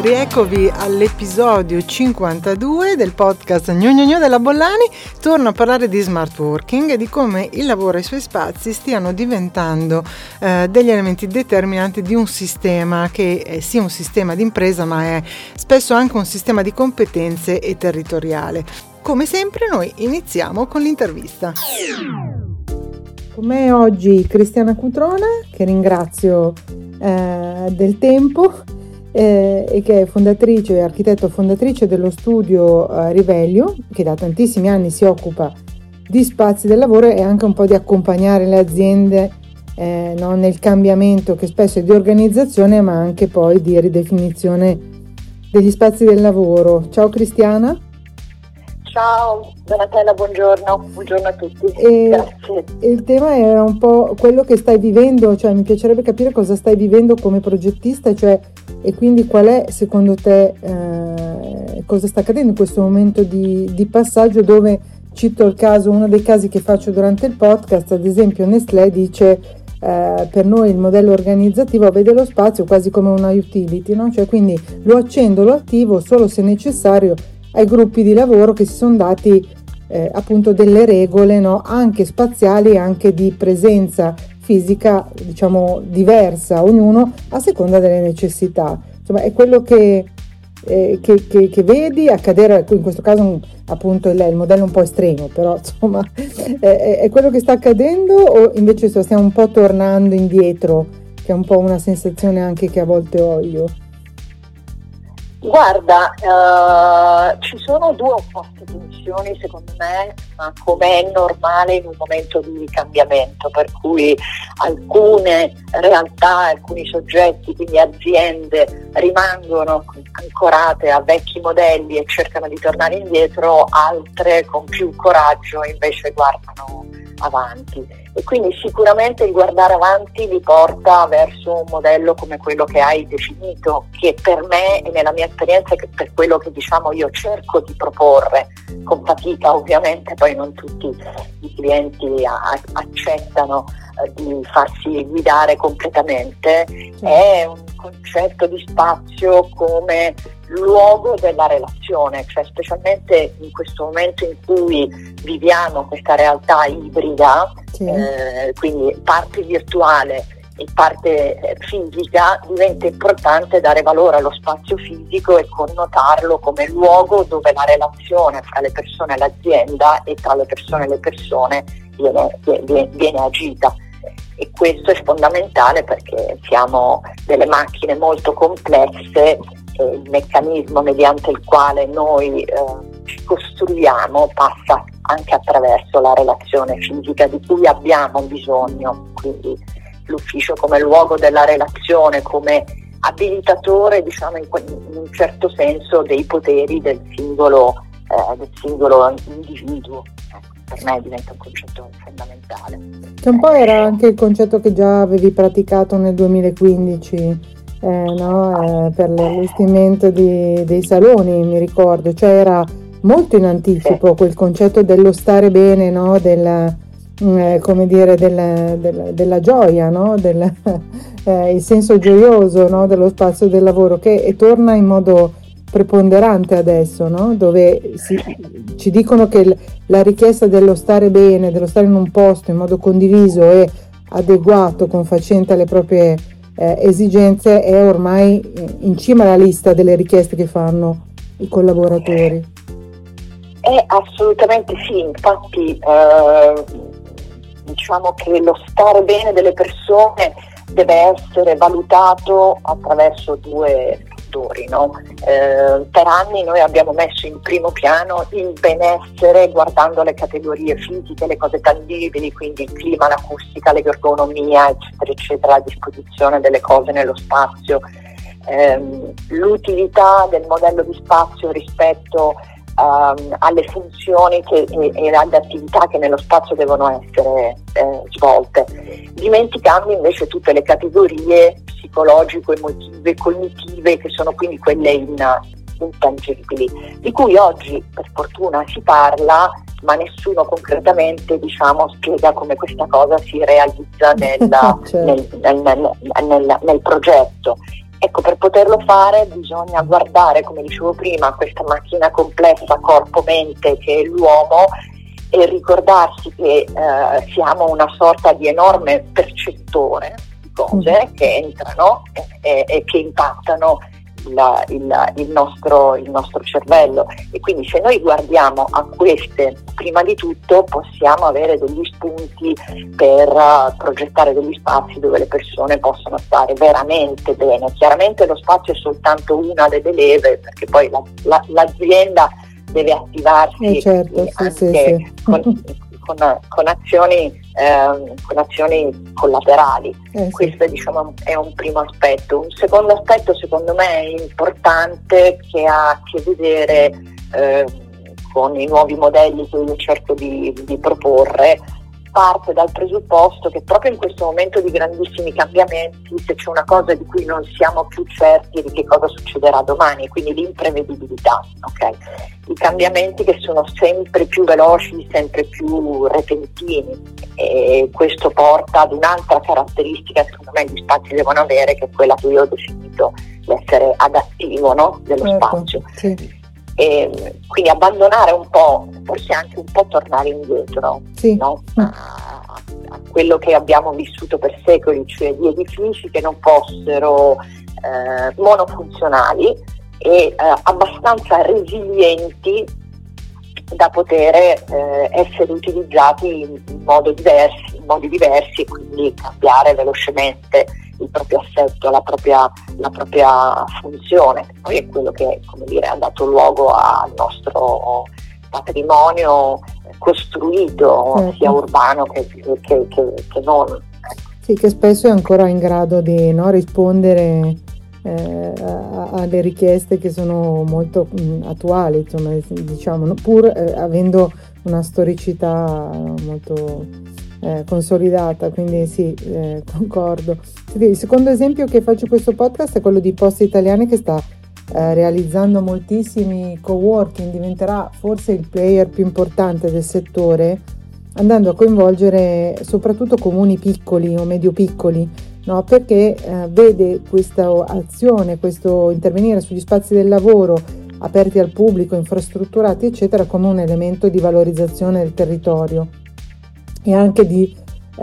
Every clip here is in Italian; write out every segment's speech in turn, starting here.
Rieccovi all'episodio 52 del podcast Gno della Bollani. Torno a parlare di smart working e di come il lavoro e i suoi spazi stiano diventando degli elementi determinanti di un sistema che è sì un sistema di impresa, ma è spesso anche un sistema di competenze e territoriale. Come sempre noi iniziamo con l'intervista. Con me oggi Cristiana Cutrona, che ringrazio del tempo, e che è fondatrice e architetto fondatrice dello studio Rivelio, che da tantissimi anni si occupa di spazi del lavoro e anche un po' di accompagnare le aziende nel cambiamento, che spesso è di organizzazione ma anche poi di ridefinizione degli spazi del lavoro. Ciao Cristiana. Ciao Donatella, buongiorno a tutti. Grazie. Il tema era un po' quello che stai vivendo, cioè mi piacerebbe capire cosa stai vivendo come progettista, cioè, e quindi qual è secondo te, cosa sta accadendo in questo momento di passaggio, dove cito il caso, uno dei casi che faccio durante il podcast, ad esempio Nestlé dice per noi il modello organizzativo vede lo spazio quasi come una utility, no? Cioè quindi lo accendo, lo attivo solo se necessario ai gruppi di lavoro che si sono dati appunto delle regole, no? Anche spaziali e anche di presenza fisica, diciamo, diversa, ognuno a seconda delle necessità. Insomma, è quello che vedi accadere, in questo caso appunto il modello un po' estremo, però insomma è quello che sta accadendo, o invece stiamo un po' tornando indietro, che è un po' una sensazione anche che a volte ho io? Guarda, ci sono due opposte tensioni secondo me, ma come è normale in un momento di cambiamento, per cui alcune realtà, alcuni soggetti, quindi aziende, rimangono ancorate a vecchi modelli e cercano di tornare indietro, altre con più coraggio invece guardano avanti. E quindi sicuramente il guardare avanti vi porta verso un modello come quello che hai definito, che per me e nella mia esperienza, che per quello che diciamo io cerco di proporre, con fatica ovviamente, poi non tutti i clienti accettano di farsi guidare completamente, è un concetto di spazio come luogo della relazione, cioè specialmente in questo momento in cui viviamo questa realtà ibrida, quindi parte virtuale e parte fisica, diventa importante dare valore allo spazio fisico e connotarlo come luogo dove la relazione fra le persone e l'azienda e tra le persone viene agita. E questo è fondamentale perché siamo delle macchine molto complesse e il meccanismo mediante il quale noi ci costruiamo passa anche attraverso la relazione fisica di cui abbiamo bisogno, quindi l'ufficio come luogo della relazione, come abilitatore, diciamo in un certo senso, dei poteri del singolo individuo. Per me diventa un concetto fondamentale. Che un po' era anche il concetto che già avevi praticato nel 2015, per l'allestimento dei saloni, mi ricordo, cioè era molto in anticipo quel concetto dello stare bene, no? Della gioia, no? Il senso gioioso, no? Dello spazio del lavoro, che torna in modo preponderante adesso, no? Dove ci dicono che la richiesta dello stare bene, dello stare in un posto in modo condiviso e adeguato, confacente alle proprie esigenze, è ormai in cima alla lista delle richieste che fanno i collaboratori. Assolutamente sì, infatti diciamo che lo stare bene delle persone deve essere valutato attraverso due fattori, no? Per anni noi abbiamo messo in primo piano il benessere guardando le categorie fisiche, le cose tangibili, quindi il clima, l'acustica, l'ergonomia, eccetera, eccetera, la disposizione delle cose nello spazio, l'utilità del modello di spazio rispetto alle funzioni e alle attività che nello spazio devono essere svolte, dimenticando invece tutte le categorie psicologico, emotive, cognitive, che sono quindi quelle intangibili, di cui oggi per fortuna si parla, ma nessuno concretamente spiega come questa cosa si realizza nel progetto. Ecco, per poterlo fare bisogna guardare, come dicevo prima, questa macchina complessa corpo-mente che è l'uomo, e ricordarsi che siamo una sorta di enorme percettore di cose che entrano e che impattano il nostro cervello, e quindi se noi guardiamo a queste prima di tutto possiamo avere degli spunti per progettare degli spazi dove le persone possono stare veramente bene. Chiaramente lo spazio è soltanto una delle leve, perché poi l'azienda deve attivarsi certo, anche con azioni collaterali. Questo è un primo aspetto. Un secondo aspetto secondo me è importante, che ha a che vedere con i nuovi modelli che io cerco di proporre, parte dal presupposto che proprio in questo momento di grandissimi cambiamenti, se c'è una cosa di cui non siamo più certi di che cosa succederà domani, quindi l'imprevedibilità, okay? I cambiamenti che sono sempre più veloci, sempre più repentini, e questo porta ad un'altra caratteristica che secondo me gli spazi devono avere, che è quella che io ho definito l'essere adattivo, no? Dello spazio. Sì. E quindi abbandonare un po', forse anche un po' tornare indietro, no? a quello che abbiamo vissuto per secoli, cioè di edifici che non fossero monofunzionali e abbastanza resilienti da poter essere utilizzati in modi diversi, e quindi cambiare velocemente il proprio assetto, la propria funzione. Poi è quello che, come dire, ha dato luogo al nostro patrimonio costruito, sia urbano che non. Sì, che spesso è ancora in grado di rispondere alle richieste che sono molto attuali, insomma, diciamo, pur avendo una storicità molto consolidata, quindi sì, concordo. Il secondo esempio che faccio in questo podcast è quello di Poste Italiane, che sta realizzando moltissimi coworking, diventerà forse il player più importante del settore, andando a coinvolgere soprattutto comuni piccoli o medio piccoli, no? Perché vede questa azione, questo intervenire sugli spazi del lavoro aperti al pubblico, infrastrutturati eccetera, come un elemento di valorizzazione del territorio e anche di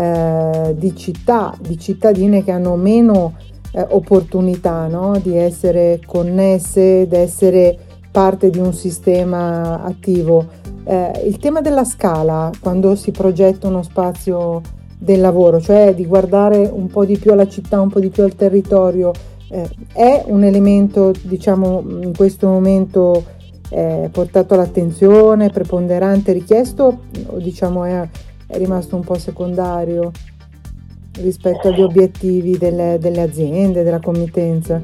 cittadine che hanno meno opportunità, no? Di essere connesse, di essere parte di un sistema attivo. Il tema della scala, quando si progetta uno spazio del lavoro, cioè di guardare un po' di più alla città, un po' di più al territorio, è un elemento, diciamo, in questo momento portato all'attenzione, preponderante, richiesto, o diciamo è rimasto un po' secondario rispetto agli obiettivi delle aziende, della committenza?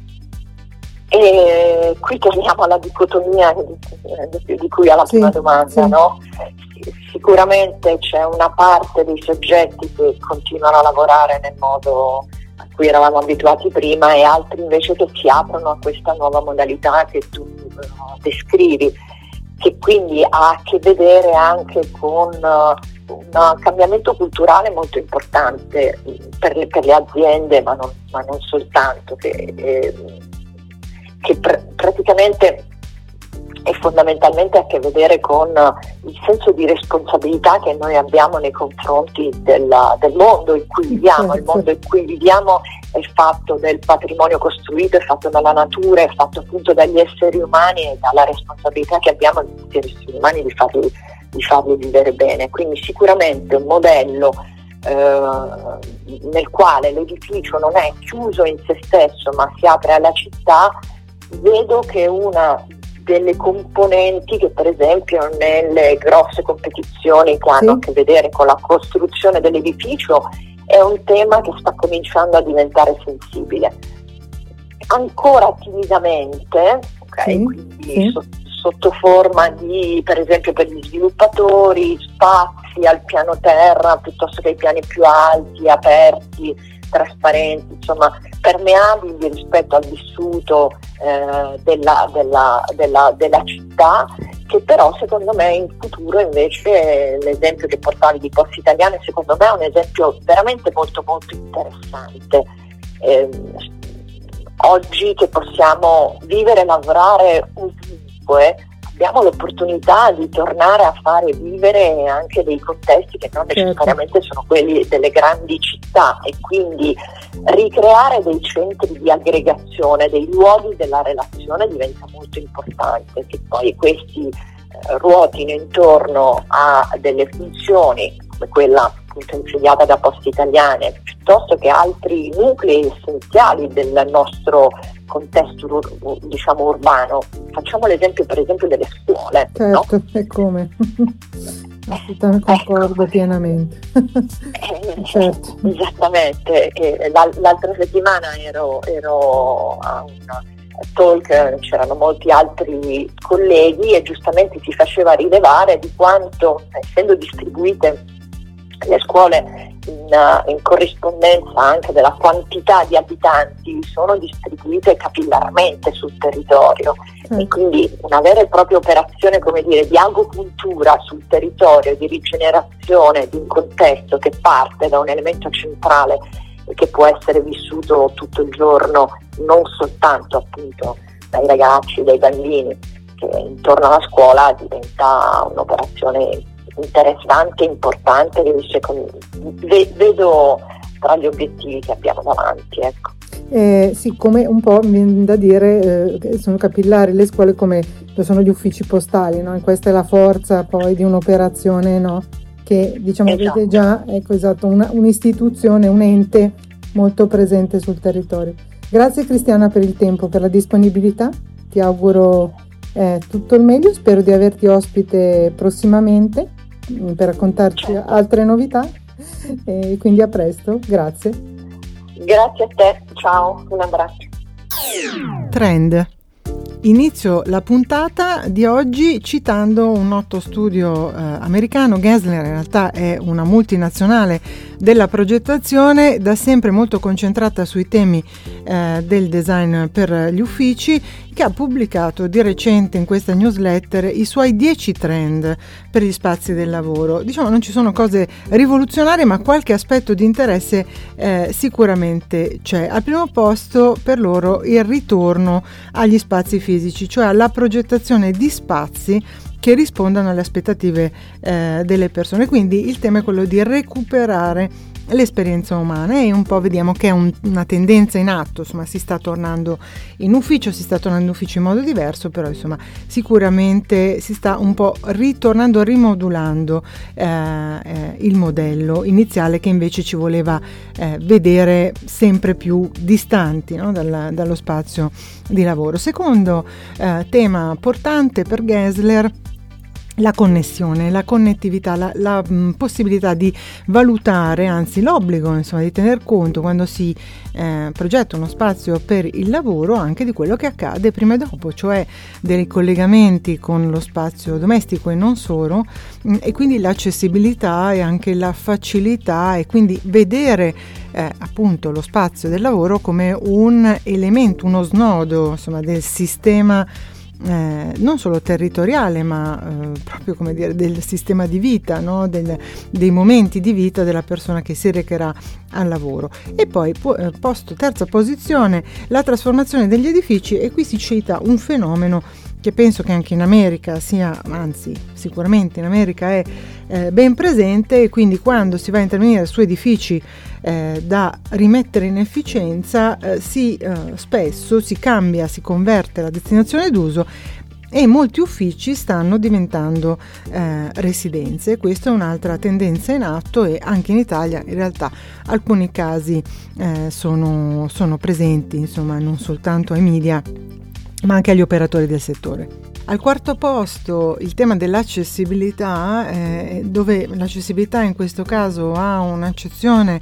E qui torniamo alla dicotomia di cui alla prima domanda, no? Sicuramente c'è una parte dei soggetti che continuano a lavorare nel modo a cui eravamo abituati prima, e altri invece che si aprono a questa nuova modalità che tu descrivi, che quindi ha a che vedere anche con un cambiamento culturale molto importante per le aziende, ma non soltanto, che praticamente è fondamentalmente a che vedere con il senso di responsabilità che noi abbiamo nei confronti del mondo in cui viviamo. Il mondo in cui viviamo è fatto del patrimonio costruito, è fatto dalla natura, è fatto appunto dagli esseri umani, e dalla responsabilità che abbiamo di esseri umani di farli vivere bene. Quindi sicuramente un modello nel quale l'edificio non è chiuso in se stesso ma si apre alla città, vedo che una delle componenti che per esempio nelle grosse competizioni che hanno a che vedere con la costruzione dell'edificio è un tema che sta cominciando a diventare sensibile. Ancora timidamente, quindi sotto forma di, per esempio per gli sviluppatori, spazi al piano terra piuttosto che ai piani più alti, aperti, trasparenti, insomma permeabili rispetto al vissuto della città, che però secondo me in futuro invece l'esempio che portavi di Poste Italiane secondo me è un esempio veramente molto molto interessante. oggi che possiamo vivere e lavorare ovunque, abbiamo l'opportunità di tornare a fare vivere anche dei contesti che non necessariamente sono quelli delle grandi città, e quindi ricreare dei centri di aggregazione, dei luoghi della relazione diventa molto importante, che poi questi ruotino intorno a delle funzioni come quella appunto insediata da Poste Italiane, piuttosto che altri nuclei essenziali del nostro contesto diciamo urbano. Facciamo l'esempio per esempio delle scuole. Certo, no? E come? Assolutamente concordo pienamente. Certo. Esattamente. L'altra settimana ero a un talk, c'erano molti altri colleghi e giustamente si faceva rilevare di quanto, essendo distribuite le scuole in corrispondenza anche della quantità di abitanti, sono distribuite capillarmente sul territorio, e quindi una vera e propria operazione, come dire, di agopuntura sul territorio, di rigenerazione di un contesto che parte da un elemento centrale e che può essere vissuto tutto il giorno, non soltanto appunto dai ragazzi, dai bambini, che intorno alla scuola diventa un'operazione interessante, importante, che vedo tra gli obiettivi che abbiamo davanti, ecco. Sì, come un po' mi viene da dire, sono capillari le scuole come lo sono gli uffici postali, no? E questa è la forza poi di un'operazione, no? Che diciamo avete già, ecco, esatto, un'istituzione, un ente molto presente sul territorio. Grazie Cristiana per il tempo, per la disponibilità, ti auguro tutto il meglio, spero di averti ospite prossimamente per raccontarci altre novità, e quindi a presto, grazie. Grazie a te, ciao, un abbraccio. Trend. Inizio la puntata di oggi citando un noto studio americano. Gensler in realtà è una multinazionale della progettazione, da sempre molto concentrata sui temi del design per gli uffici, che ha pubblicato di recente in questa newsletter i suoi 10 trend per gli spazi del lavoro. Diciamo, non ci sono cose rivoluzionarie, ma qualche aspetto di interesse sicuramente c'è. Al primo posto per loro il ritorno agli spazi fisici, cioè alla progettazione di spazi che rispondano alle aspettative delle persone. Quindi il tema è quello di recuperare l'esperienza umana, e un po' vediamo che è una tendenza in atto. Insomma, si sta tornando in ufficio in modo diverso, però insomma sicuramente si sta un po' rimodulando il modello iniziale, che invece ci voleva vedere sempre più distanti, no? dallo spazio di lavoro. Secondo tema portante per Gensler: la connessione, la connettività, la possibilità di valutare, anzi l'obbligo, insomma, di tener conto quando si progetta uno spazio per il lavoro anche di quello che accade prima e dopo, cioè dei collegamenti con lo spazio domestico e non solo, e quindi l'accessibilità e anche la facilità, e quindi vedere appunto lo spazio del lavoro come un elemento, uno snodo, insomma, del sistema non solo territoriale, ma proprio, come dire, del sistema di vita, no? Dei momenti di vita della persona che si recherà al lavoro. E poi posto terza posizione, la trasformazione degli edifici, e qui si cita un fenomeno che penso che anche in America sia, anzi sicuramente in America è ben presente, e quindi quando si va a intervenire su edifici da rimettere in efficienza, spesso si cambia, si converte la destinazione d'uso, e molti uffici stanno diventando residenze. Questa è un'altra tendenza in atto, e anche in Italia in realtà alcuni casi sono presenti, insomma, non soltanto ai media ma anche agli operatori del settore. Al quarto posto il tema dell'accessibilità, dove l'accessibilità in questo caso ha un'accezione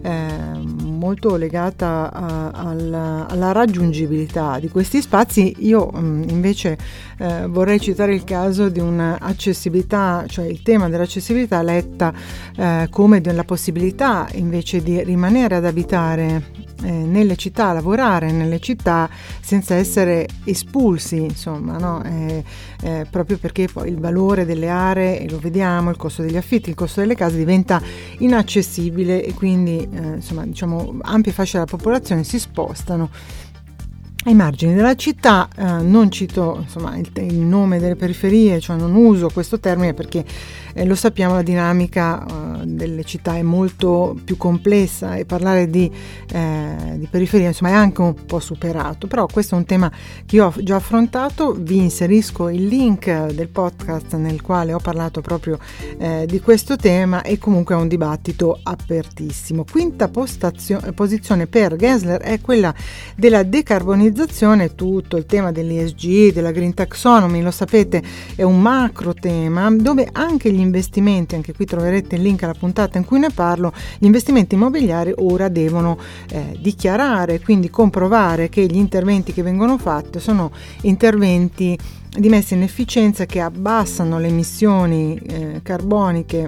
molto legata alla raggiungibilità di questi spazi. Io invece vorrei citare il caso di un'accessibilità, cioè il tema dell'accessibilità letta come della possibilità invece di rimanere ad abitare nelle città, lavorare nelle città senza essere espulsi, insomma, no? Proprio perché poi il valore delle aree, e lo vediamo, il costo degli affitti, il costo delle case diventa inaccessibile, e quindi insomma, diciamo, ampie fasce della popolazione si spostano ai margini della città. Non cito insomma il nome delle periferie, cioè non uso questo termine perché lo sappiamo, la dinamica delle città è molto più complessa e parlare di periferia insomma è anche un po' superato, però questo è un tema che io ho già affrontato. Vi inserisco il link del podcast nel quale ho parlato proprio di questo tema, e comunque è un dibattito apertissimo. Quinta posizione per Gensler è quella della decarbonizzazione, tutto il tema dell'ESG, della Green Taxonomy, lo sapete, è un macro tema dove anche gli investimenti, anche qui troverete il link alla puntata in cui ne parlo, gli investimenti immobiliari ora devono dichiarare, quindi comprovare che gli interventi che vengono fatti sono interventi di messa in efficienza che abbassano le emissioni carboniche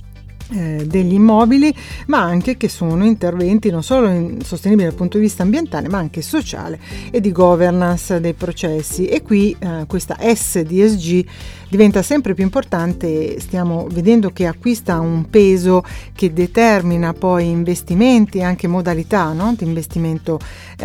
degli immobili, ma anche che sono interventi non solo sostenibili dal punto di vista ambientale ma anche sociale e di governance dei processi. E qui questa S di ESG diventa sempre più importante, stiamo vedendo che acquista un peso che determina poi investimenti e anche modalità, no, di investimento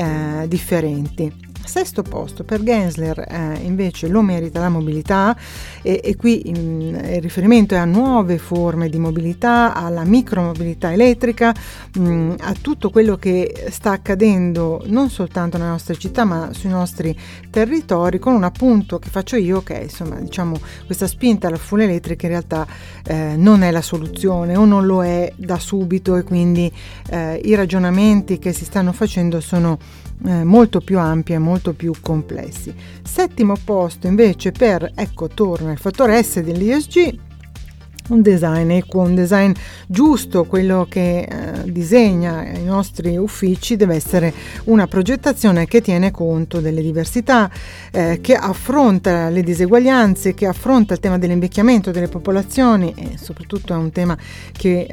differenti. Sesto posto per Gensler invece lo merita la mobilità, e qui il riferimento è a nuove forme di mobilità, alla micromobilità elettrica, a tutto quello che sta accadendo non soltanto nelle nostre città ma sui nostri territori, con un appunto che faccio io che è insomma diciamo questa spinta alla full elettrica in realtà non è la soluzione o non lo è da subito, e quindi i ragionamenti che si stanno facendo sono molto più ampi e molto più complessi. Settimo posto invece per, ecco torna il fattore S dell'ESG, un design equo, un design giusto. Quello che disegna i nostri uffici deve essere una progettazione che tiene conto delle diversità, che affronta le diseguaglianze, che affronta il tema dell'invecchiamento delle popolazioni, e soprattutto è un tema che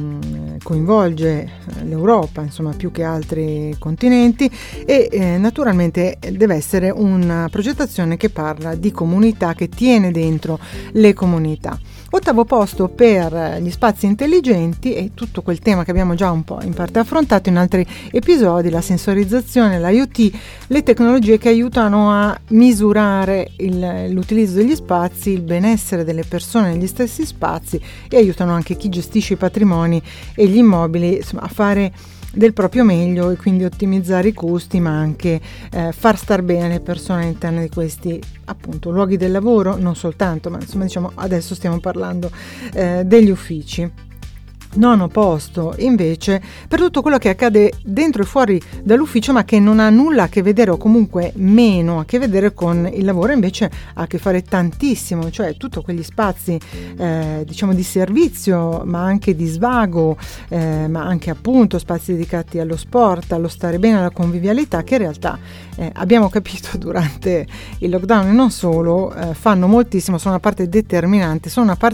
coinvolge l'Europa insomma più che altri continenti, e naturalmente deve essere una progettazione che parla di comunità, che tiene dentro le comunità. Ottavo posto per gli spazi intelligenti e tutto quel tema che abbiamo già un po' in parte affrontato in altri episodi, la sensorizzazione, l'IoT, le tecnologie che aiutano a misurare l'utilizzo degli spazi, il benessere delle persone negli stessi spazi, e aiutano anche chi gestisce i patrimoni e gli immobili insomma, a fare del proprio meglio e quindi ottimizzare i costi, ma anche far star bene le persone all'interno di questi appunto luoghi del lavoro, non soltanto, ma insomma diciamo adesso stiamo parlando degli uffici. Nono posto invece per tutto quello che accade dentro e fuori dall'ufficio ma che non ha nulla a che vedere, o comunque meno a che vedere con il lavoro, invece ha a che fare tantissimo, cioè tutti quegli spazi diciamo di servizio ma anche di svago, ma anche appunto spazi dedicati allo sport, allo stare bene, alla convivialità, che in realtà abbiamo capito durante il lockdown e non solo fanno moltissimo, sono una parte determinante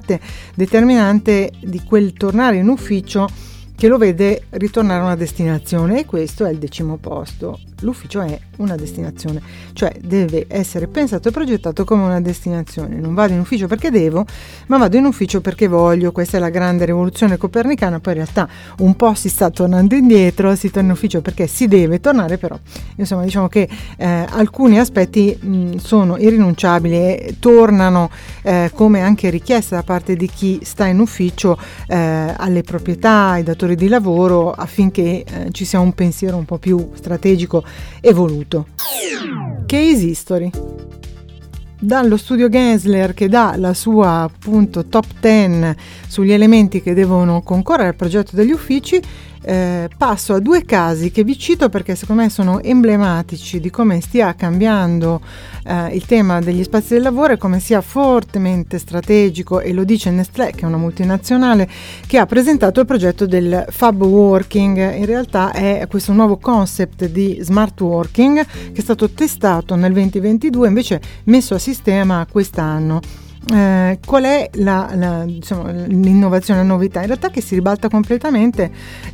di quel tornare in ufficio che lo vede ritornare a una destinazione, e questo è il 10° posto. L'ufficio è una destinazione, cioè deve essere pensato e progettato come una destinazione. Non vado in ufficio perché devo, ma vado in ufficio perché voglio. Questa è la grande rivoluzione copernicana. Poi in realtà un po' si sta tornando indietro, si torna in ufficio perché si deve tornare, però insomma diciamo che alcuni aspetti sono irrinunciabili e tornano come anche richiesta da parte di chi sta in ufficio alle proprietà, ai datori di lavoro, affinché ci sia un pensiero un po' più strategico evoluto. Case history. Dallo studio Gensler, che dà la sua appunto top 10 sugli elementi che devono concorrere al progetto degli uffici, passo a 2 casi che vi cito perché secondo me sono emblematici di come stia cambiando il tema degli spazi del lavoro e come sia fortemente strategico, e lo dice Nestlé, che è una multinazionale che ha presentato il progetto del Fab Working. In realtà è questo nuovo concept di smart working che è stato testato nel 2022, invece messo a sistema quest'anno. qual è l'innovazione, la novità? In realtà che si ribalta completamente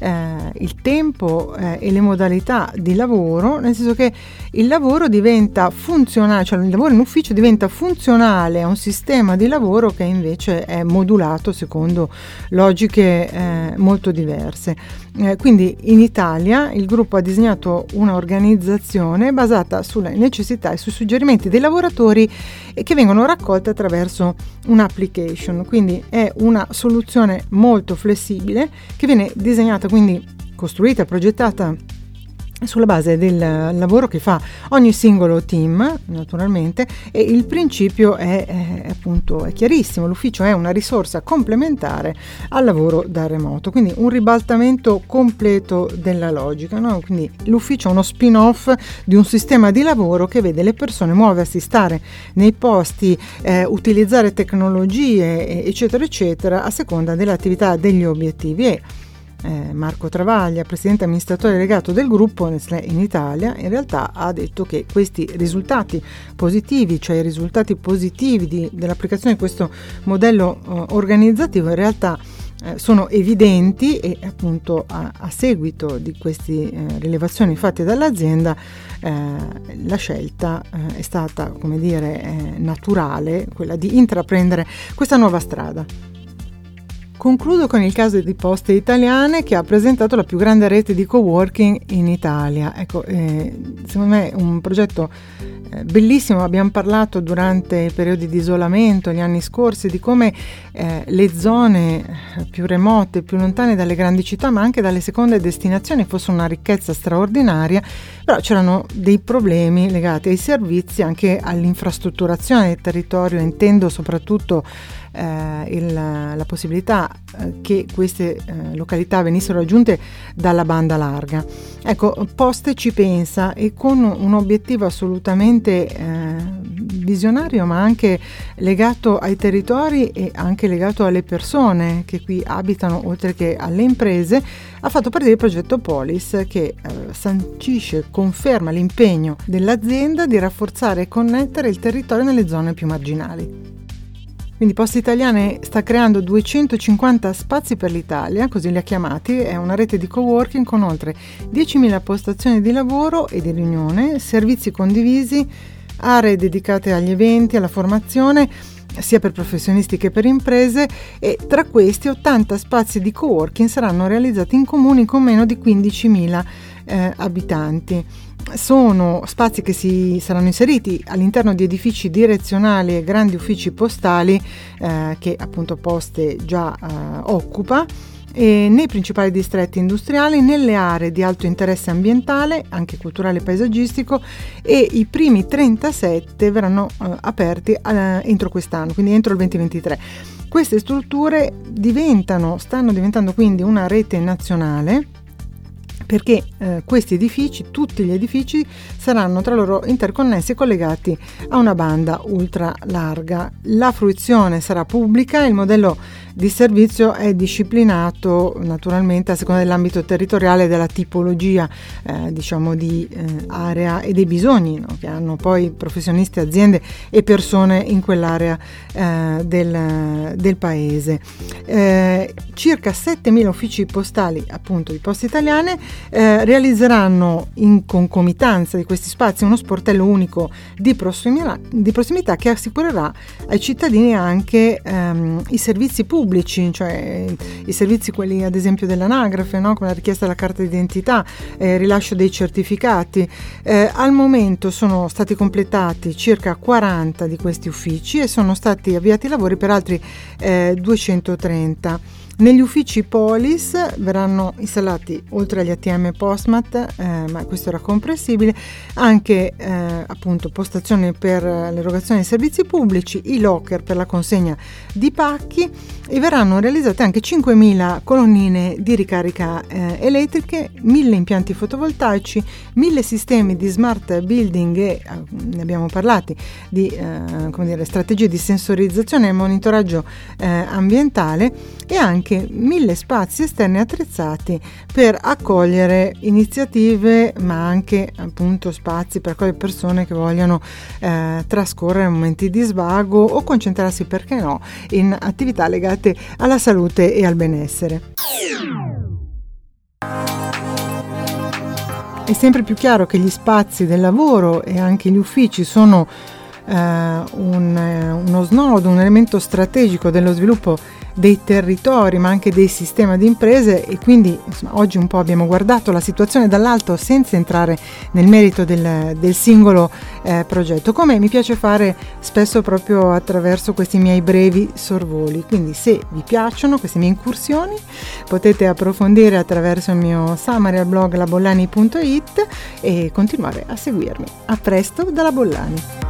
il tempo e le modalità di lavoro, nel senso che il lavoro diventa funzionale, cioè il lavoro in ufficio diventa funzionale a un sistema di lavoro che invece è modulato secondo logiche molto diverse. Quindi in Italia il gruppo ha disegnato una organizzazione basata sulle necessità e sui suggerimenti dei lavoratori che vengono raccolte attraverso un'application, quindi è una soluzione molto flessibile che viene disegnata, quindi costruita, progettata sulla base del lavoro che fa ogni singolo team, naturalmente, e il principio è appunto è chiarissimo: l'ufficio è una risorsa complementare al lavoro da remoto, quindi un ribaltamento completo della logica, no? Quindi l'ufficio è uno spin-off di un sistema di lavoro che vede le persone muoversi, stare nei posti, utilizzare tecnologie, eccetera eccetera, a seconda dell'attività, degli obiettivi. E Marco Travaglia, presidente amministratore delegato del gruppo Nestlé in Italia, in realtà ha detto che questi risultati positivi, cioè i risultati positivi dell'applicazione di questo modello organizzativo, in realtà sono evidenti, e appunto a seguito di queste rilevazioni fatte dall'azienda la scelta è stata, come dire, naturale, quella di intraprendere questa nuova strada. Concludo con il caso di Poste Italiane, che ha presentato la più grande rete di coworking in Italia. Ecco, secondo me è un progetto bellissimo. Abbiamo parlato durante i periodi di isolamento, gli anni scorsi, di come le zone più remote, più lontane dalle grandi città, ma anche dalle seconde destinazioni, fosse una ricchezza straordinaria, però c'erano dei problemi legati ai servizi, anche all'infrastrutturazione del territorio. Intendo soprattutto la possibilità che queste località venissero raggiunte dalla banda larga. Ecco, Poste ci pensa, e con un obiettivo assolutamente visionario, ma anche legato ai territori e anche legato alle persone che qui abitano, oltre che alle imprese, ha fatto partire il progetto Polis, che sancisce, conferma l'impegno dell'azienda di rafforzare e connettere il territorio nelle zone più marginali. Quindi Poste Italiane sta creando 250 spazi per l'Italia, così li ha chiamati. È una rete di coworking con oltre 10.000 postazioni di lavoro e di riunione, servizi condivisi, aree dedicate agli eventi, alla formazione, sia per professionisti che per imprese, e tra questi 80 spazi di coworking saranno realizzati in comuni con meno di 15.000 abitanti. Sono spazi che saranno inseriti all'interno di edifici direzionali e grandi uffici postali che appunto Poste già occupa, nei principali distretti industriali, nelle aree di alto interesse ambientale, anche culturale e paesaggistico, e i primi 37 verranno aperti entro quest'anno, quindi entro il 2023. Queste strutture stanno diventando quindi una rete nazionale, perché questi edifici, tutti gli edifici, saranno tra loro interconnessi e collegati a una banda ultra larga. La fruizione sarà pubblica, il modello di servizio è disciplinato naturalmente a seconda dell'ambito territoriale e della tipologia di area e dei bisogni, no, che hanno poi professionisti, aziende e persone in quell'area del paese. Circa 7.000 uffici postali, appunto, di Poste Italiane realizzeranno in concomitanza di questi spazi uno sportello unico di prossimità che assicurerà ai cittadini anche i servizi pubblici, cioè i servizi, quelli ad esempio dell'anagrafe, no? Come la richiesta della carta d'identità, rilascio dei certificati. Al momento sono stati completati circa 40 di questi uffici e sono stati avviati i lavori per altri 230. Negli uffici Polis verranno installati, oltre agli ATM Postmat, ma questo era comprensibile, anche appunto postazioni per l'erogazione dei servizi pubblici, i locker per la consegna di pacchi, e verranno realizzate anche 5.000 colonnine di ricarica elettriche, 1.000 impianti fotovoltaici, 1.000 sistemi di smart building e ne abbiamo parlati di strategie di sensorizzazione e monitoraggio ambientale, e anche anche 1000 spazi esterni attrezzati per accogliere iniziative, ma anche appunto spazi per accogliere persone che vogliono trascorrere momenti di svago o concentrarsi, perché no, in attività legate alla salute e al benessere. È sempre più chiaro che gli spazi del lavoro e anche gli uffici sono uno snodo, un elemento strategico dello sviluppo dei territori, ma anche dei sistemi di imprese, e quindi oggi un po' abbiamo guardato la situazione dall'alto senza entrare nel merito del singolo progetto, come mi piace fare spesso proprio attraverso questi miei brevi sorvoli. Quindi se vi piacciono queste mie incursioni potete approfondire attraverso il mio summary al blog labollani.it e continuare a seguirmi. A presto dalla Bollani.